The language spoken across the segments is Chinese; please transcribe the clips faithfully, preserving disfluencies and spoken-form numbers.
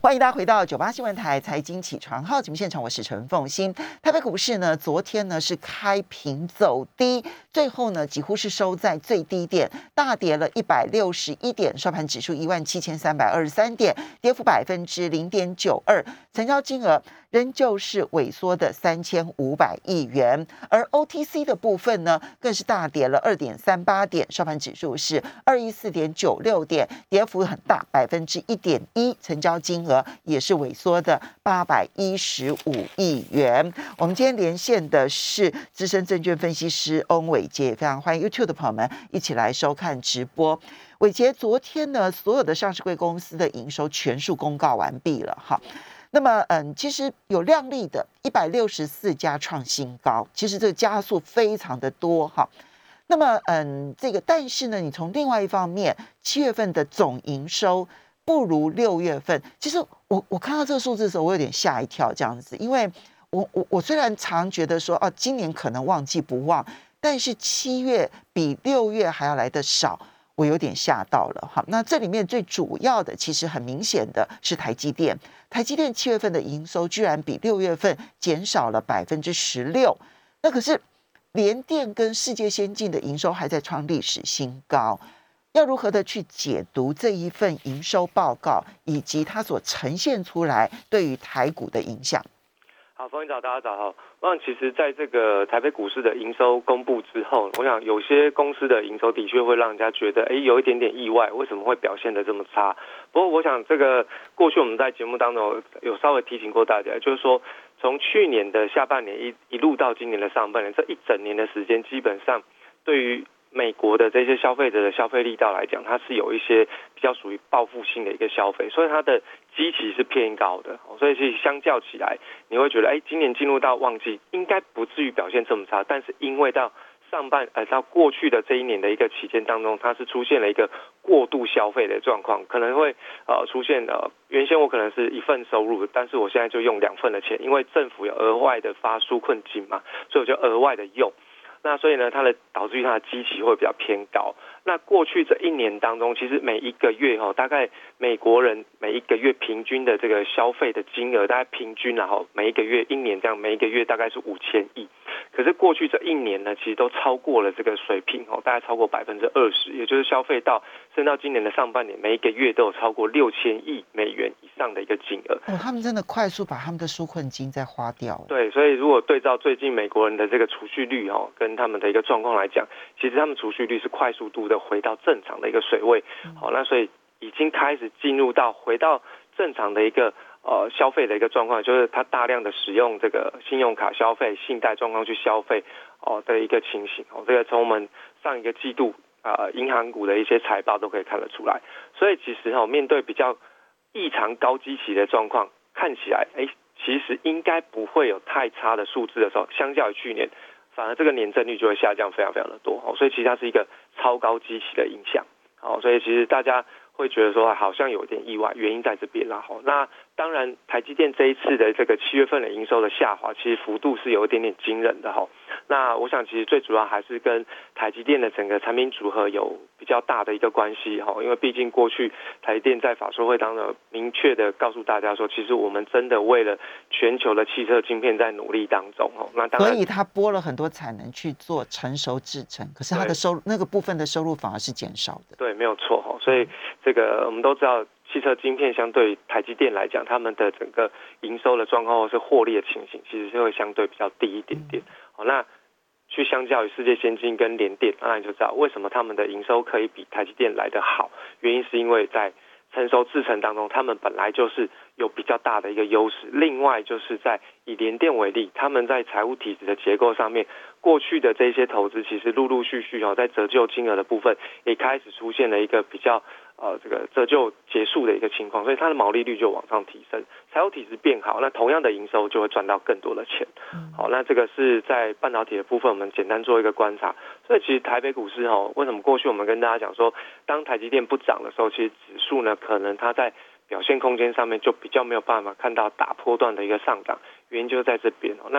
欢迎大家回到九八新闻台财经起床号节目现场，我是陈凤馨。台北股市呢，昨天呢是开平走低，最后呢几乎是收在最低点，大跌了一百六十一点，收盘指数一万七千三百二十三点，跌幅百分之零点九二，成交金额仍旧是萎缩的三千五百亿元，而 O T C 的部分呢，更是大跌了二点三八点，收盘指数是二一四点九六点，跌幅很大，百分之一点一，成交金额也是萎缩的八百一十五亿元。我们今天连线的是资深证券分析师翁伟杰，也非常欢迎 YouTube 的朋友们一起来收看直播。伟杰，昨天呢，所有的上市柜公司的营收全数公告完毕了哈。那么，嗯，其实有亮丽的一百六十四家创新高，其实这个加速非常的多哈。那么，嗯，这个但是呢，你从另外一方面，七月份的总营收不如六月份。其实我我看到这个数字的时候，我有点吓一跳，这样子，因为我我我虽然常觉得说，哦、啊，今年可能旺季不旺，但是七月比六月还要来得少。我有点吓到了哈，那这里面最主要的，其实很明显的是台积电。台积电七月份的营收居然比六月份减少了百分之十六，那可是联电跟世界先进的营收还在创历史新高。要如何的去解读这一份营收报告，以及它所呈现出来对于台股的影响？ 好，风云早，大家早好。我想，其实在这个台北股市的营收公布之后，我想有些公司的营收的确会让人家觉得，哎，有一点点意外，为什么会表现得这么差？不过，我想这个过去我们在节目当中有稍微提醒过大家，就是说，从去年的下半年一一路到今年的上半年，这一整年的时间，基本上对于美国的这些消费者的消费力道来讲，它是有一些比较属于报复性的一个消费，所以它的基期是偏高的，所以其实相较起来，你会觉得，哎，今年进入到旺季，应该不至于表现这么差，但是因为到上半呃到过去的这一年的一个期间当中，它是出现了一个过度消费的状况，可能会呃出现呃原先我可能是一份收入，但是我现在就用两份的钱，因为政府有额外的发纾困金嘛，所以我就额外的用。那所以呢，它的导致于它的基期会比较偏高。那过去这一年当中，其实每一个月哈，大概美国人每一个月平均的这个消费的金额，大概平均然后每一个月一年这样，每一个月大概是五千亿。可是过去这一年呢，其实都超过了这个水平哦，大概超过百分之二十，也就是消费到甚至到今年的上半年，每一个月都有超过六千亿美元以上的一个金额。 哦，他们真的快速把他们的纾困金再花掉。 对，所以如果对照最近美国人的这个储蓄率哦，跟他们的一个状况来讲，其实他们储蓄率是快速度的回到正常的一个水位。好、嗯，那所以已经开始进入到回到正常的一个呃消费的一个状况，就是他大量的使用这个信用卡消费、信贷状况去消费哦的一个情形。哦，这个从我们上一个季度啊、呃、银行股的一些财报都可以看得出来。所以其实哦，面对比较异常高基期的状况，看起来哎。其实应该不会有太差的数字的时候，相较于去年，反而这个年增率就会下降非常非常的多，所以其实它是一个超高基期的影响，所以其实大家会觉得说好像有点意外，原因在这边啦。那当然，台积电这一次的这个七月份的营收的下滑，其实幅度是有一点点惊人的哈。那我想其实最主要还是跟台积电的整个产品组合有比较大的一个关系哈，因为毕竟过去台积电在法说会当中明确的告诉大家说，其实我们真的为了全球的汽车晶片在努力当中哈。那当然， 所以它拨了很多产能去做成熟制程，可是它的收入那个部分的收入反而是减少的。 对，没有错哈。所以这个我们都知道。汽车晶片相对台积电来讲，他们的整个营收的状况或是获利的情形，其实是会相对比较低一点点。好，那去相较于世界先进跟联电，那你就知道为什么他们的营收可以比台积电来得好，原因是因为在成熟制程当中，他们本来就是有比较大的一个优势。另外就是在以联电为例，他们在财务体制的结构上面，过去的这些投资其实陆陆续续哦，在折旧金额的部分也开始出现了一个比较呃这个折旧结束的一个情况，所以它的毛利率就往上提升，财务体制变好，那同样的营收就会赚到更多的钱。好，那这个是在半导体的部分，我们简单做一个观察。所以其实台北股市哦，为什么过去我们跟大家讲说，当台积电不涨的时候，其实指数呢可能它在表现空间上面就比较没有办法看到打波段的一个上涨，原因就在这边哦。那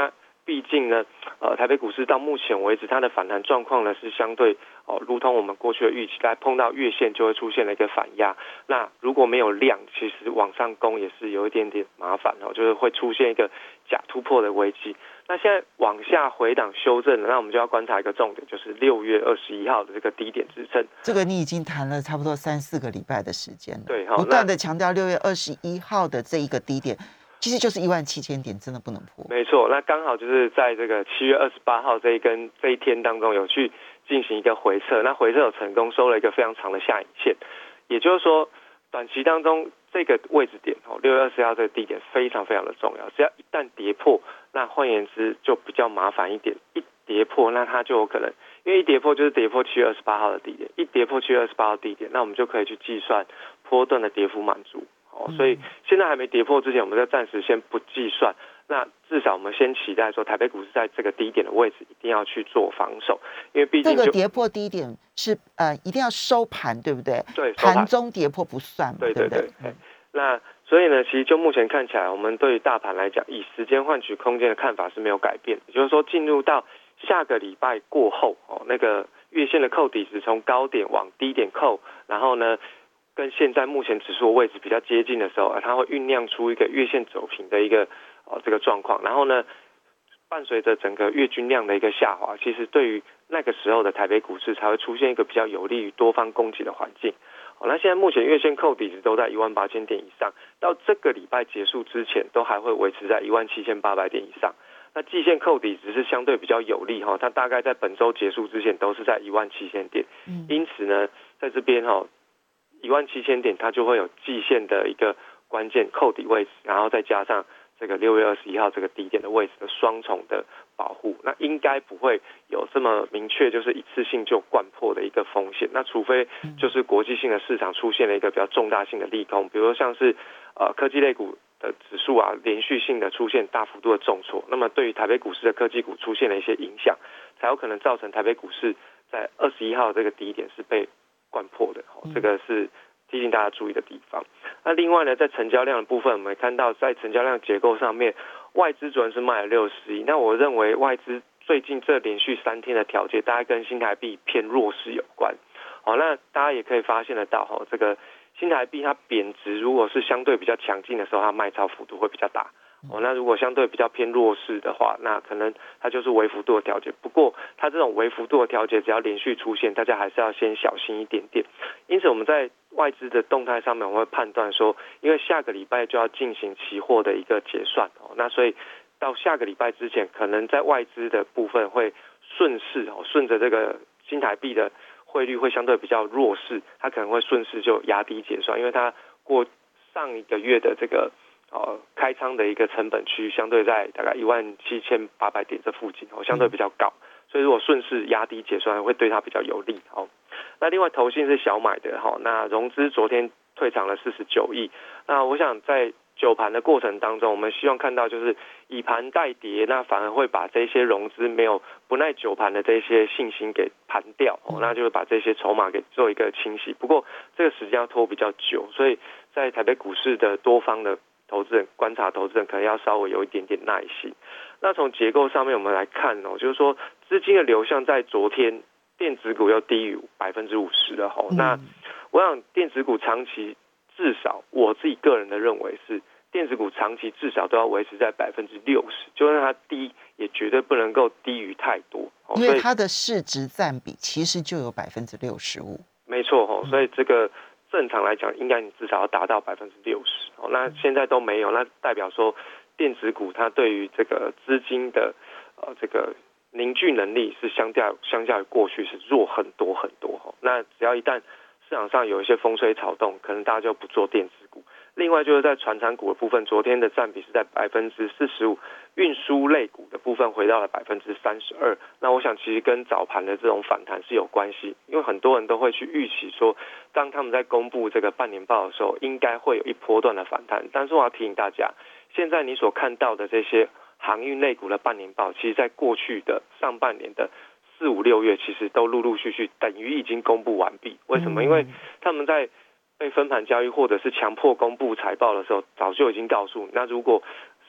毕竟呢，呃，台北股市到目前为止，它的反弹状况呢是相对哦，如同我们过去的预期，来碰到月线就会出现了一个反压。那如果没有量，其实往上攻也是有一点点麻烦哦，就是会出现一个假突破的危机。那现在往下回档修正了，那我们就要观察一个重点，就是六月二十一号的这个低点支撑。 这个你已经谈了差不多三四个礼拜的时间了， 对， 不断的强调六月二十一号的这一个低点。其实就是一万七千点，真的不能破。 没错，那刚好就是在这个七月二十八号这一根这一天当中，有去进行一个回测，那回测有成功收了一个非常长的下影线，也就是说，短期当中这个位置点哦，六月二十号这个低点非常非常的重要，只要一旦跌破，那换言之就比较麻烦一点，一跌破那它就有可能，因为一跌破就是跌破七月二十八号的低点，一跌破七月二十八号低点，那我们就可以去计算波段的跌幅满足。哦，所以现在还没跌破之前，我们就暂时先不计算。那至少我们先期待说，台北股市在这个低点的位置一定要去做防守，因为毕竟这个跌破低点是呃一定要收盘，对不对？ 对， 盘中跌破不算嘛， 对对不对？ 对。那所以呢，其实就目前看起来，我们对于大盘来讲，以时间换取空间的看法是没有改变，也就是说，进入到下个礼拜过后，哦，那个月线的扣底值从高点往低点扣，然后呢，跟现在目前指数的位置比较接近的时候，它会酝酿出一个月线走平的一个哦这个状况，然后呢，伴随着整个月均量的一个下滑，其实对于那个时候的台北股市才会出现一个比较有利于多方攻击的环境。哦，那现在目前月线扣底值都在一万八千点以上，到这个礼拜结束之前，都还会维持在一万七千八百点以上。那季线扣底值是相对比较有利哈，它大概在本周结束之前都是在一万七千点，因此呢，在这边哈。一万七千点，它就会有季线的一个关键扣底位置，然后再加上这个六月二十一号这个低点的位置的双重的保护，那应该不会有这么明确就是一次性就灌破的一个风险。那除非就是国际性的市场出现了一个比较重大性的利空，比如说像是呃科技类股的指数啊连续性的出现大幅度的重挫，那么对于台北股市的科技股出现了一些影响，才有可能造成台北股市在二十一号这个低点是被灌破的，这个是提醒大家注意的地方。那另外呢，在成交量的部分，我们看到在成交量结构上面，外资主要是卖了六十亿。那我认为外资最近这连续三天的调节，大概跟新台币偏弱势有关。好，那大家也可以发现得到，哈，这个新台币它贬值，如果是相对比较强劲的时候，它卖超幅度会比较大。哦，那如果相对比较偏弱势的话，那可能它就是微幅度的调节。不过，它这种微幅度的调节，只要连续出现，大家还是要先小心一点点。因此，我们在外资的动态上面，我们会判断说，因为下个礼拜就要进行期货的一个结算，哦，那所以到下个礼拜之前，可能在外资的部分会顺势哦，顺着这个新台币的汇率会相对比较弱势，它可能会顺势就压低结算，因为它过上一个月的这个。哦，开仓的一个成本区相对在大概一万七千八百点这附近，哦，相对比较高，所以如果顺势压低结算，会对它比较有利。哦，那另外投信是小买的，哈，那融资昨天退场了四十九亿。那我想在久盘的过程当中，我们希望看到就是以盘代跌，那反而会把这些融资没有不耐久盘的这些信心给盘掉，哦，那就是把这些筹码给做一个清洗。不过这个时间要拖比较久，所以在台北股市的多方的投资人观察投资人可能要稍微有一点点耐心。那从结构上面我们来看哦，就是说资金的流向在昨天电子股又低于百分之五十了吼。那我想电子股长期至少我自己个人的认为是电子股长期至少都要维持在百分之六十，就算它低也绝对不能够低于太多， 因为它的市值占比其实就有百分之六十五。 没错吼，所以这个。正常来讲，应该你至少要达到百分之六十哦。那现在都没有，那代表说电子股它对于这个资金的呃这个凝聚能力是相较相较于过去是弱很多很多哦。那只要一旦市场上有一些风吹草动，可能大家就不做电子股。另外就是在传产股的部分，昨天的占比是在百分之四十五，运输类股的部分回到了百分之三十二。那我想其实跟早盘的这种反弹是有关系，因为很多人都会去预期说，当他们在公布这个半年报的时候，应该会有一波段的反弹。但是我要提醒大家，现在你所看到的这些航运类股的半年报，其实在过去的上半年的四五六月，其实都陆陆续续等于已经公布完毕。为什么？因为他们在被分盘交易或者是强迫公布财报的时候，早就已经告诉你，那如果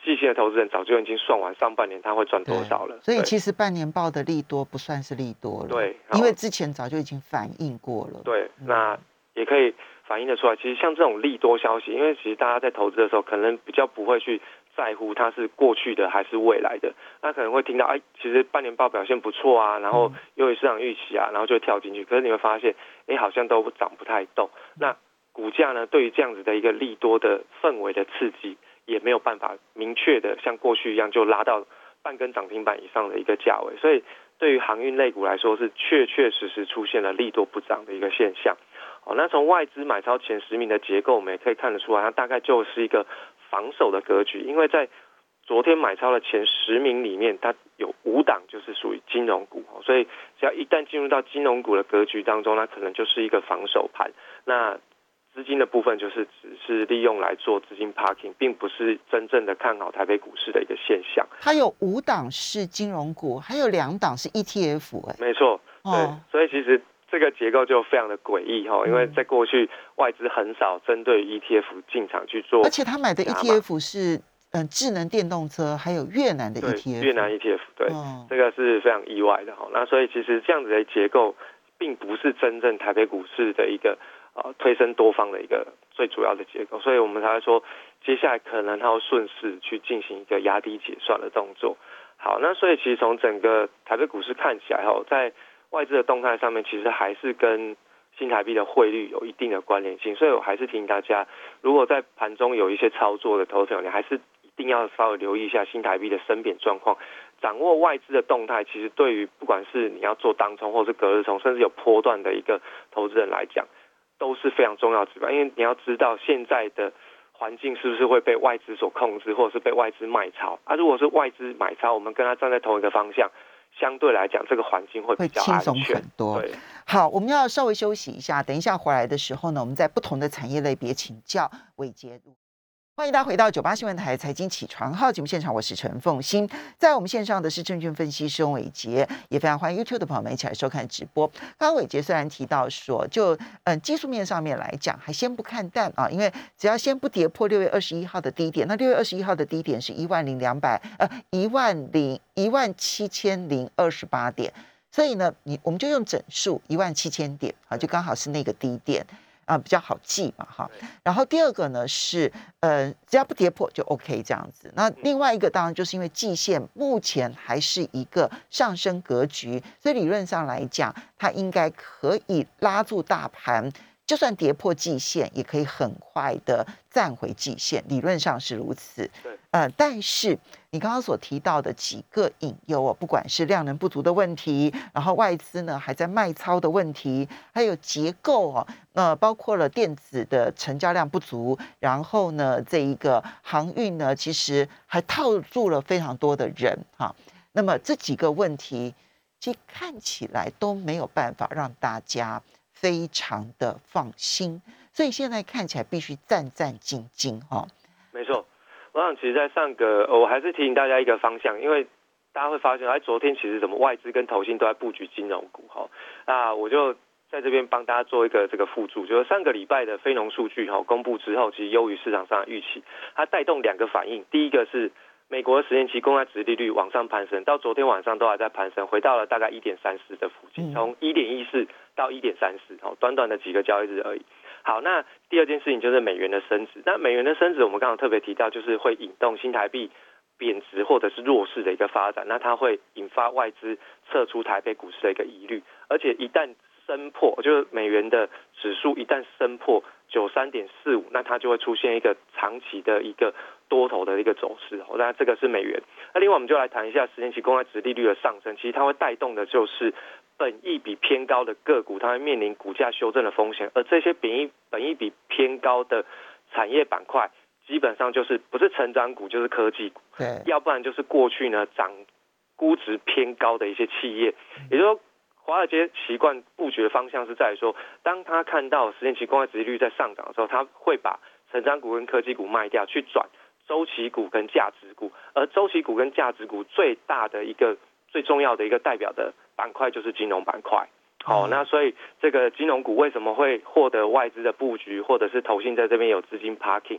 细心的投资人早就已经算完上半年他会赚多少了。 所以其实半年报的利多不算是利多了， 对， 因为之前早就已经反映过了。 对，嗯、那也可以反映得出来。其实像这种利多消息，因为其实大家在投资的时候，可能比较不会去在乎它是过去的还是未来的，那可能会听到哎，其实半年报表现不错啊，然后优于市场预期啊，然后就会跳进去。可是你会发现，哎，好像都涨不太动。那股价呢，对于这样子的一个利多的氛围的刺激，也没有办法明确的像过去一样就拉到半根涨停板以上的一个价位，所以对于航运类股来说是确确实实出现了利多不涨的一个现象。哦，那从外资买超前十名的结构，我们也可以看得出来，它大概就是一个防守的格局，因为在昨天买超的前十名里面，它有五档就是属于金融股，所以只要一旦进入到金融股的格局当中，那可能就是一个防守盘。那资金的部分就是只是利用来做资金 parking， 并不是真正的看好台北股市的一个现象。 它有五档是金融股，还有两档是 E T F， 哎， 没错，对，哦、所以其实这个结构就非常的诡异哈，因为在过去外资很少针对 E T F 进场去做， 而且他买的 E T F 是嗯智能电动车，还有越南的 E T F， 越南 E T F， 对，哦、这个是非常意外的哈。那所以其实这样子的结构，并不是真正台北股市的一个呃推升多方的一个最主要的结构，所以我们才会说，接下来可能它会顺势去进行一个压低结算的动作。好，那所以其实从整个台北股市看起来哈，在外资的动态上面，其实还是跟新台币的汇率有一定的关联性，所以我还是提醒大家，如果在盘中有一些操作的投资者，你还是一定要稍微留意一下新台币的升贬状况，掌握外资的动态，其实对于不管是你要做当冲或是隔日冲，甚至有波段的一个投资人来讲，都是非常重要的指标，因为你要知道现在的环境是不是会被外资所控制，或者是被外资卖超啊？如果是外资买超，我们跟他站在同一个方向，相对来讲，这个环境会比较安全， 会轻松很多。 对， 好，我们要稍微休息一下，等一下回来的时候呢，我们在不同的产业类别请教伟捷。欢迎大家回到九八新闻台财经起床号节目现场，我是陈凤馨，在我们线上的是证券分析师翁伟捷，也非常欢迎 YouTube 的朋友们一起来收看直播。刚刚伟捷虽然提到说，就嗯技术面上面来讲，还先不看淡啊，因为只要先不跌破六月二十一号的低点，那六月二十一号的低点是一万零两百呃一万零一万七千零二十八点，所以呢，你我们就用整数一万七千点啊，就刚好是那个低点。啊、呃，比较好记嘛，哈。然后第二个呢是，呃，只要不跌破就 OK 这样子。那另外一个当然就是因为季线目前还是一个上升格局，所以理论上来讲，它应该可以拉住大盘，就算跌破季线，也可以很快的站回季线，理论上是如此。呃，但是你刚刚所提到的几个隐忧哦，不管是量能不足的问题，然后外资呢还在卖超的问题，还有结构哦，呃，包括了电子的成交量不足，然后呢，这一个航运呢，其实还套住了非常多的人哈。那么这几个问题，其实看起来都没有办法让大家非常的放心，所以现在看起来必须战战兢兢哈。 没错。我想，其实，在上个，我还是提醒大家一个方向，因为大家会发现，哎，昨天其实什么外资跟投信都在布局金融股哈。那我就在这边帮大家做一个这个附注，就是上个礼拜的非农数据哈公布之后，其实优于市场上的预期，它带动两个反应，第一个是美国十年期公债殖利率往上攀升，到昨天晚上都还在攀升，回到了大概一点三四的附近，从一点一四到一点三四，哦，短短的几个交易日而已。好，那第二件事情就是美元的升值。那美元的升值，我们刚刚特别提到，就是会引动新台币贬值或者是弱势的一个发展，那它会引发外资撤出台北股市的一个疑虑，而且一旦升破，就是美元的指数一旦升破九十三点四五，那它就会出现一个长期的一个多头的一个走势。那这个是美元。那另外我们就来谈一下十年期公债殖利率的上升，其实它会带动的就是本益比偏高的个股，它会面临股价修正的风险，而这些本益本益比偏高的产业板块，基本上就是不是成长股就是科技股， 对， 要不然就是过去呢涨估值偏高的一些企业。也就是说，华尔街习惯布局的方向是在于说，当他看到十年期公债殖利率在上涨的时候，他会把成长股跟科技股卖掉，去转周期股跟价值股，而周期股跟价值股最大的一个最重要的一个代表的板块就是金融板块。好、哦，那所以这个金融股为什么会获得外资的布局，或者是投信在这边有资金 parking，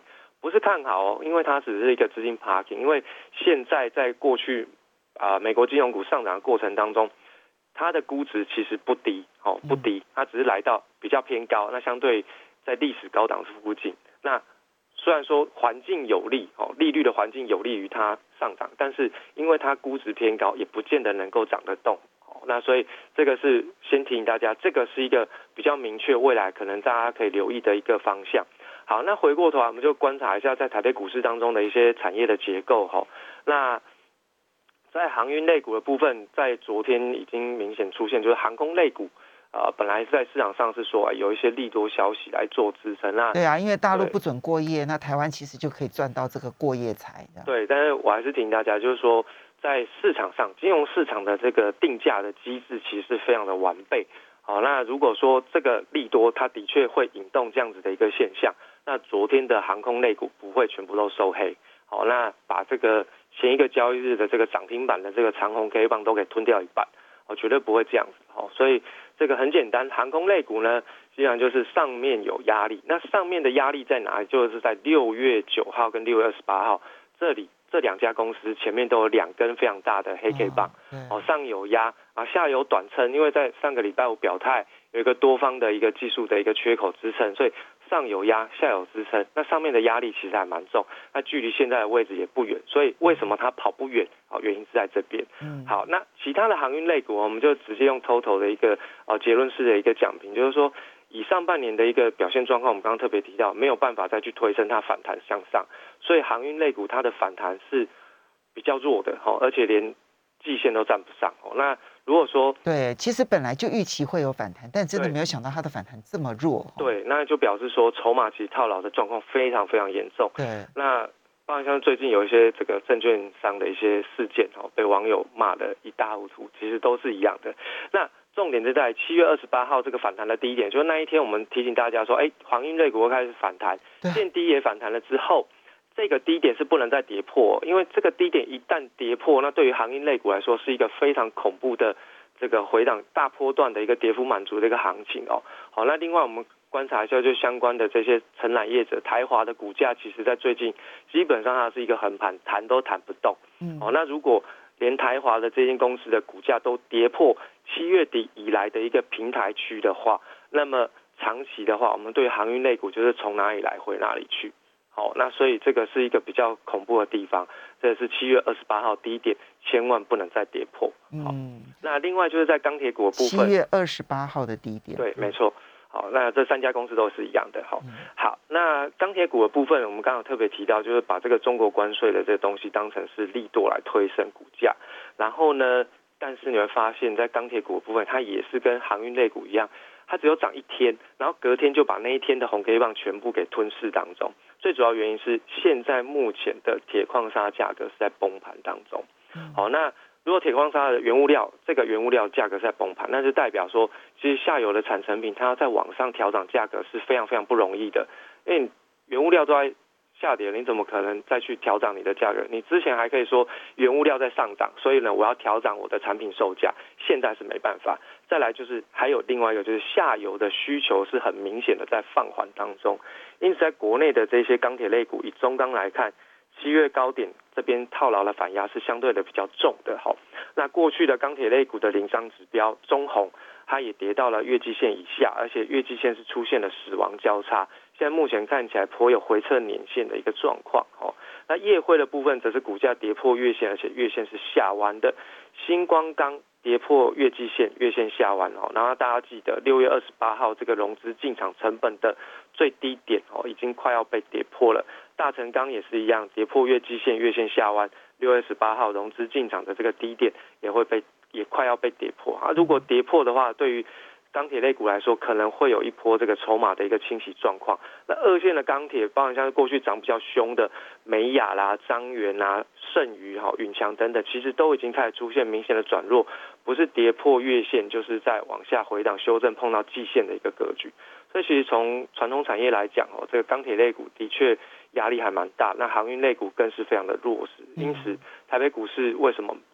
不是看好哦，因为它只是一个资金 parking， 因为现在在过去啊、呃、美国金融股上涨的过程当中，它的估值其实不低哦，不低，它只是来到比较偏高，那相对在历史高档附近，那虽然说环境有利哦，利率的环境有利于它上涨，但是因为它估值偏高，也不见得能够涨得动。那所以这个是先提醒大家，这个是一个比较明确未来可能大家可以留意的一个方向。好，那回过头来我们就观察一下在台北股市当中的一些产业的结构哈。那在航运类股的部分，在昨天已经明显出现，就是航空类股。呃，本来在市场上是说、哎、有一些利多消息来做支撑啊。 对啊，因为大陆不准过夜，那台湾其实就可以赚到这个过夜财。 对，但是我还是提醒大家，就是说在市场上，金融市场的这个定价的机制其实是非常的完备。好，那如果说这个利多它的确会引动这样子的一个现象，那昨天的航空类股不会全部都收黑。好，那把这个前一个交易日的这个涨停板的这个长红 K 棒都给吞掉一半，哦，绝对不会这样子。好，所以这个很简单，航空类股呢，基本上就是上面有压力，那上面的压力在哪里？就是在六月九号跟六月二十八号这里。这两家公司前面都有两根非常大的黑 K 棒，哦，上有压啊，下有短撑，因为在上个礼拜五表态有一个多方的一个技术的一个缺口支撑，所以上有压，下有支撑，那上面的压力其实还蛮重，那距离现在的位置也不远，所以为什么它跑不远？哦，原因是在这边。嗯，好，那其他的航运类股，我们就直接用 total 的一个哦结论式的一个讲评，就是说。以上半年的一个表现状况，我们刚刚特别提到，没有办法再去推升它反弹向上，所以航运类股它的反弹是比较弱的，而且连季线都站不上。那如果说对，其实本来就预期会有反弹，但真的没有想到它的反弹这么弱。 对，那就表示说筹码其实套牢的状况非常非常严重。 对， 那包括像最近有一些这个证券商的一些事件，被网友骂得一塌糊涂，其实都是一样的。那重点是在七月二十八号这个反弹的低点，就是那一天我们提醒大家说，哎，航运类股会开始反弹，见低也反弹了之后，这个低点是不能再跌破，因为这个低点一旦跌破，那对于航运类股来说是一个非常恐怖的这个回档大波段的一个跌幅满足的一个行情哦。好，那另外我们观察一下，就相关的这些承揽业者，台华的股价其实在最近基本上它是一个横盘，弹都弹不动。嗯，哦，那如果连台华的这间公司的股价都跌破七月底以来的一个平台区的话，那么长期的话，我们对航运类股就是从哪里来回哪里去。好，那所以这个是一个比较恐怖的地方，这是七月二十八号低点，千万不能再跌破。好，嗯，那另外就是在钢铁股的部分， 七月二十八号的低点， 对，没错。好，那这三家公司都是一样的。好，好，那钢铁股的部分，我们刚刚特别提到，就是把这个中国关税的这个东西当成是利多来推升股价。然后呢，但是你会发现在钢铁股的部分，它也是跟航运类股一样，它只有涨一天，然后隔天就把那一天的红 K 棒全部给吞噬当中。最主要原因是现在目前的铁矿砂价格是在崩盘当中。好，那如果铁矿砂的原物料，这个原物料价格在崩盘，那就代表说，其实下游的产成品它要在往上调涨价格是非常非常不容易的，因为原物料都在下跌，你怎么可能再去调涨你的价格？你之前还可以说原物料在上涨，所以呢我要调涨我的产品售价，现在是没办法。再来就是还有另外一个就是下游的需求是很明显的在放缓当中，因此在国内的这些钢铁类股，以中钢来看，七月高点这边套牢的反压是相对的比较重的。好，那过去的钢铁类股的领涨指标中红，它也跌到了月季线以下，而且月季线是出现了死亡交叉，现在目前看起来颇有回撤年线的一个状况。哦，那业辉的部分则是股价跌破月线，而且月线是下弯的。新光钢跌破月季线，月线下弯哦，然后大家记得六月二十八号这个融资进场成本的最低点哦，已经快要被跌破了。大成钢也是一样，跌破月季线，月线下弯，六月十八号融资进场的这个低点也会被也快要被跌破啊。如果跌破的话，对于钢铁类股来说，可能会有一波这个筹码的一个清洗状况。那二线的钢铁，包含像过去涨比较凶的美雅啦、彰源啦、盛余、哈、允强等等，其实都已经开始出现明显的转弱，不是跌破月线，就是在往下回档修正，碰到季线的一个格局。所以其实从传统产业来讲哦，这个钢铁类股的确压力还蛮大，那航运类股更是非常的弱势。因此，台北股市为什么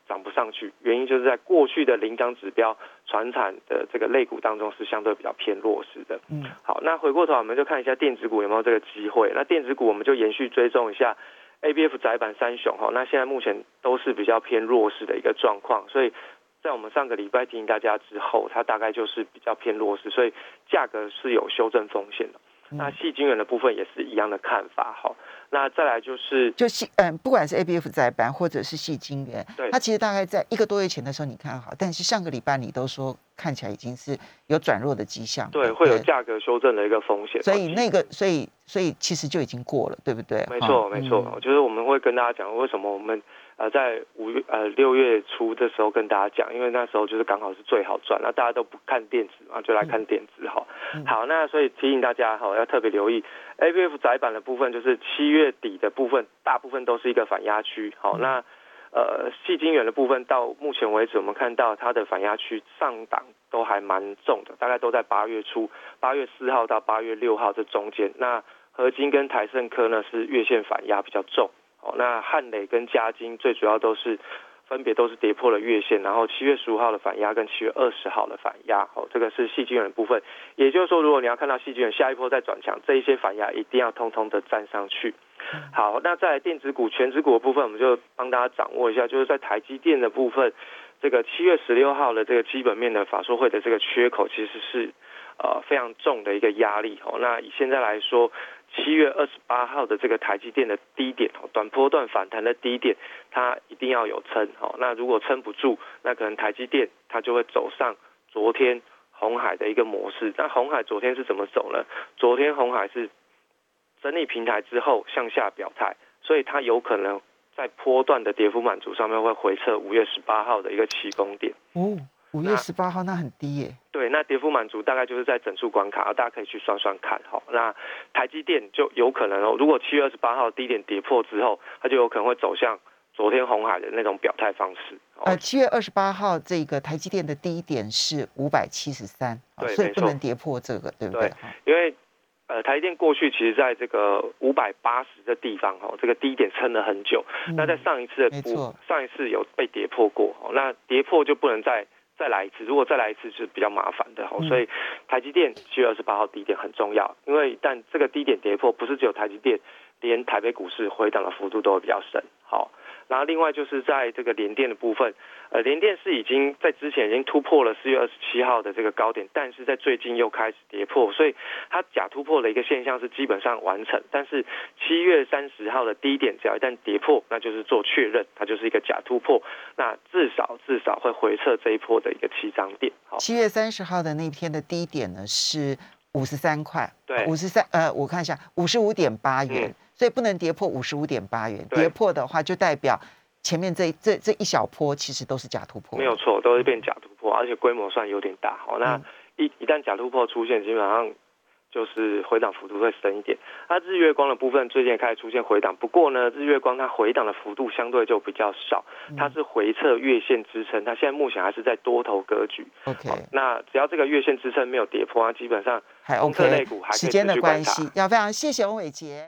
涨不上去，原因就是在过去的领涨指标传产的这个类股当中是相对比较偏弱势的。 嗯， 好，那回过头我们就看一下电子股有没有这个机会。那电子股我们就延续追踪一下 A B F 载板三雄哈，那现在目前都是比较偏弱势的一个状况，所以在我们上个礼拜提醒大家之后，它大概就是比较偏弱势，所以价格是有修正风险的。那矽晶圆的部分也是一样的看法哈。那再来就是就矽嗯，不管是 A B F 载板或者是矽晶圆， 对， 它其实大概在一个多月前的时候你看好，但是上个礼拜你都说看起来已经是有转弱的迹象， 对，会有价格修正的一个风险。 所以那个，所以所以其实就已经过了，对不对？ 没错，没错，嗯、就是我们会跟大家讲为什么我们。呃，在五月呃六月初的时候跟大家讲，因为那时候就是刚好是最好赚，那大家都不看电子嘛，就来看电子哈。嗯、好，那所以提醒大家哈，要特别留意 A B F 载板的部分，就是七月底的部分，大部分都是一个反压区。好，那呃矽晶圆的部分，到目前为止我们看到它的反压区上档都还蛮重的，大概都在八月初，八月四号到八月六号这中间。那合金跟台盛科呢是月线反压比较重。哦，那汉磊跟嘉晶最主要都是分别都是跌破了月线，然后七月十五号的反压跟七月二十号的反压，哦，这个是矽晶圆的部分。也就是说，如果你要看到矽晶圆下一波再转强，这一些反压一定要通通的站上去。好，那在电子股、全指股的部分，我们就帮大家掌握一下，就是在台积电的部分，这个七月十六号的这个基本面的法说会的这个缺口，其实是呃非常重的一个压力。哦，那以现在来说。七月二十八号的这个台积电的低点，短波段反弹的低点，它一定要有撑。那如果撑不住，那可能台积电它就会走上昨天鸿海的一个模式。那鸿海昨天是怎么走呢？昨天鸿海是整理平台之后向下表态，所以它有可能在波段的跌幅满足上面会回测五月十八号的一个起攻点。 哦，五月十八号那很低耶。 对，那跌幅满足大概就是在整数关卡，大家可以去算算看。好，那台积电就有可能哦，如果七月二十八号低点跌破之后，它就有可能会走向昨天鸿海的那种表态方式。 呃，七月二十八号这个台积电的低点是五百七十三，所以不能跌破这个，对不对？ 对，因为呃，台积电过去其实在这个五百八十的地方哈，这个低点撑了很久。嗯、那在上一次的上一次有被跌破过，那跌破就不能再。再来一次，如果再来一次是比较麻烦的，嗯、所以台积电七月二十八号低点很重要，因为一旦这个低点跌破，不是只有台积电，连台北股市回档的幅度都会比较深。好，然后另外就是在这个联电的部分，呃，联电是已经在之前已经突破了四月二十七号的这个高点，但是在最近又开始跌破，所以它假突破的一个现象是基本上完成，但是七月三十号的低点只要一旦跌破，那就是做确认，它就是一个假突破，那至少至少会回撤这一波的一个起涨点。好， 七月三十号的那天的低点呢是五十三块， 对， 五十三呃，我看一下五十五点八元。嗯，所以不能跌破五十五点八元，跌破的话就代表前面这这这一小波其实都是假突破， 没有错，都是变假突破，而且规模算有点大。好，那一一旦假突破出现，基本上就是回档幅度会深一点。那日月光的部分最近也开始出现回档，不过呢，日月光它回档的幅度相对就比较少，它是回测月线支撑，它现在目前还是在多头格局。 OK， 那只要这个月线支撑没有跌破，它基本上还 OK， 类股还可以时间的关系，要非常谢谢翁伟捷。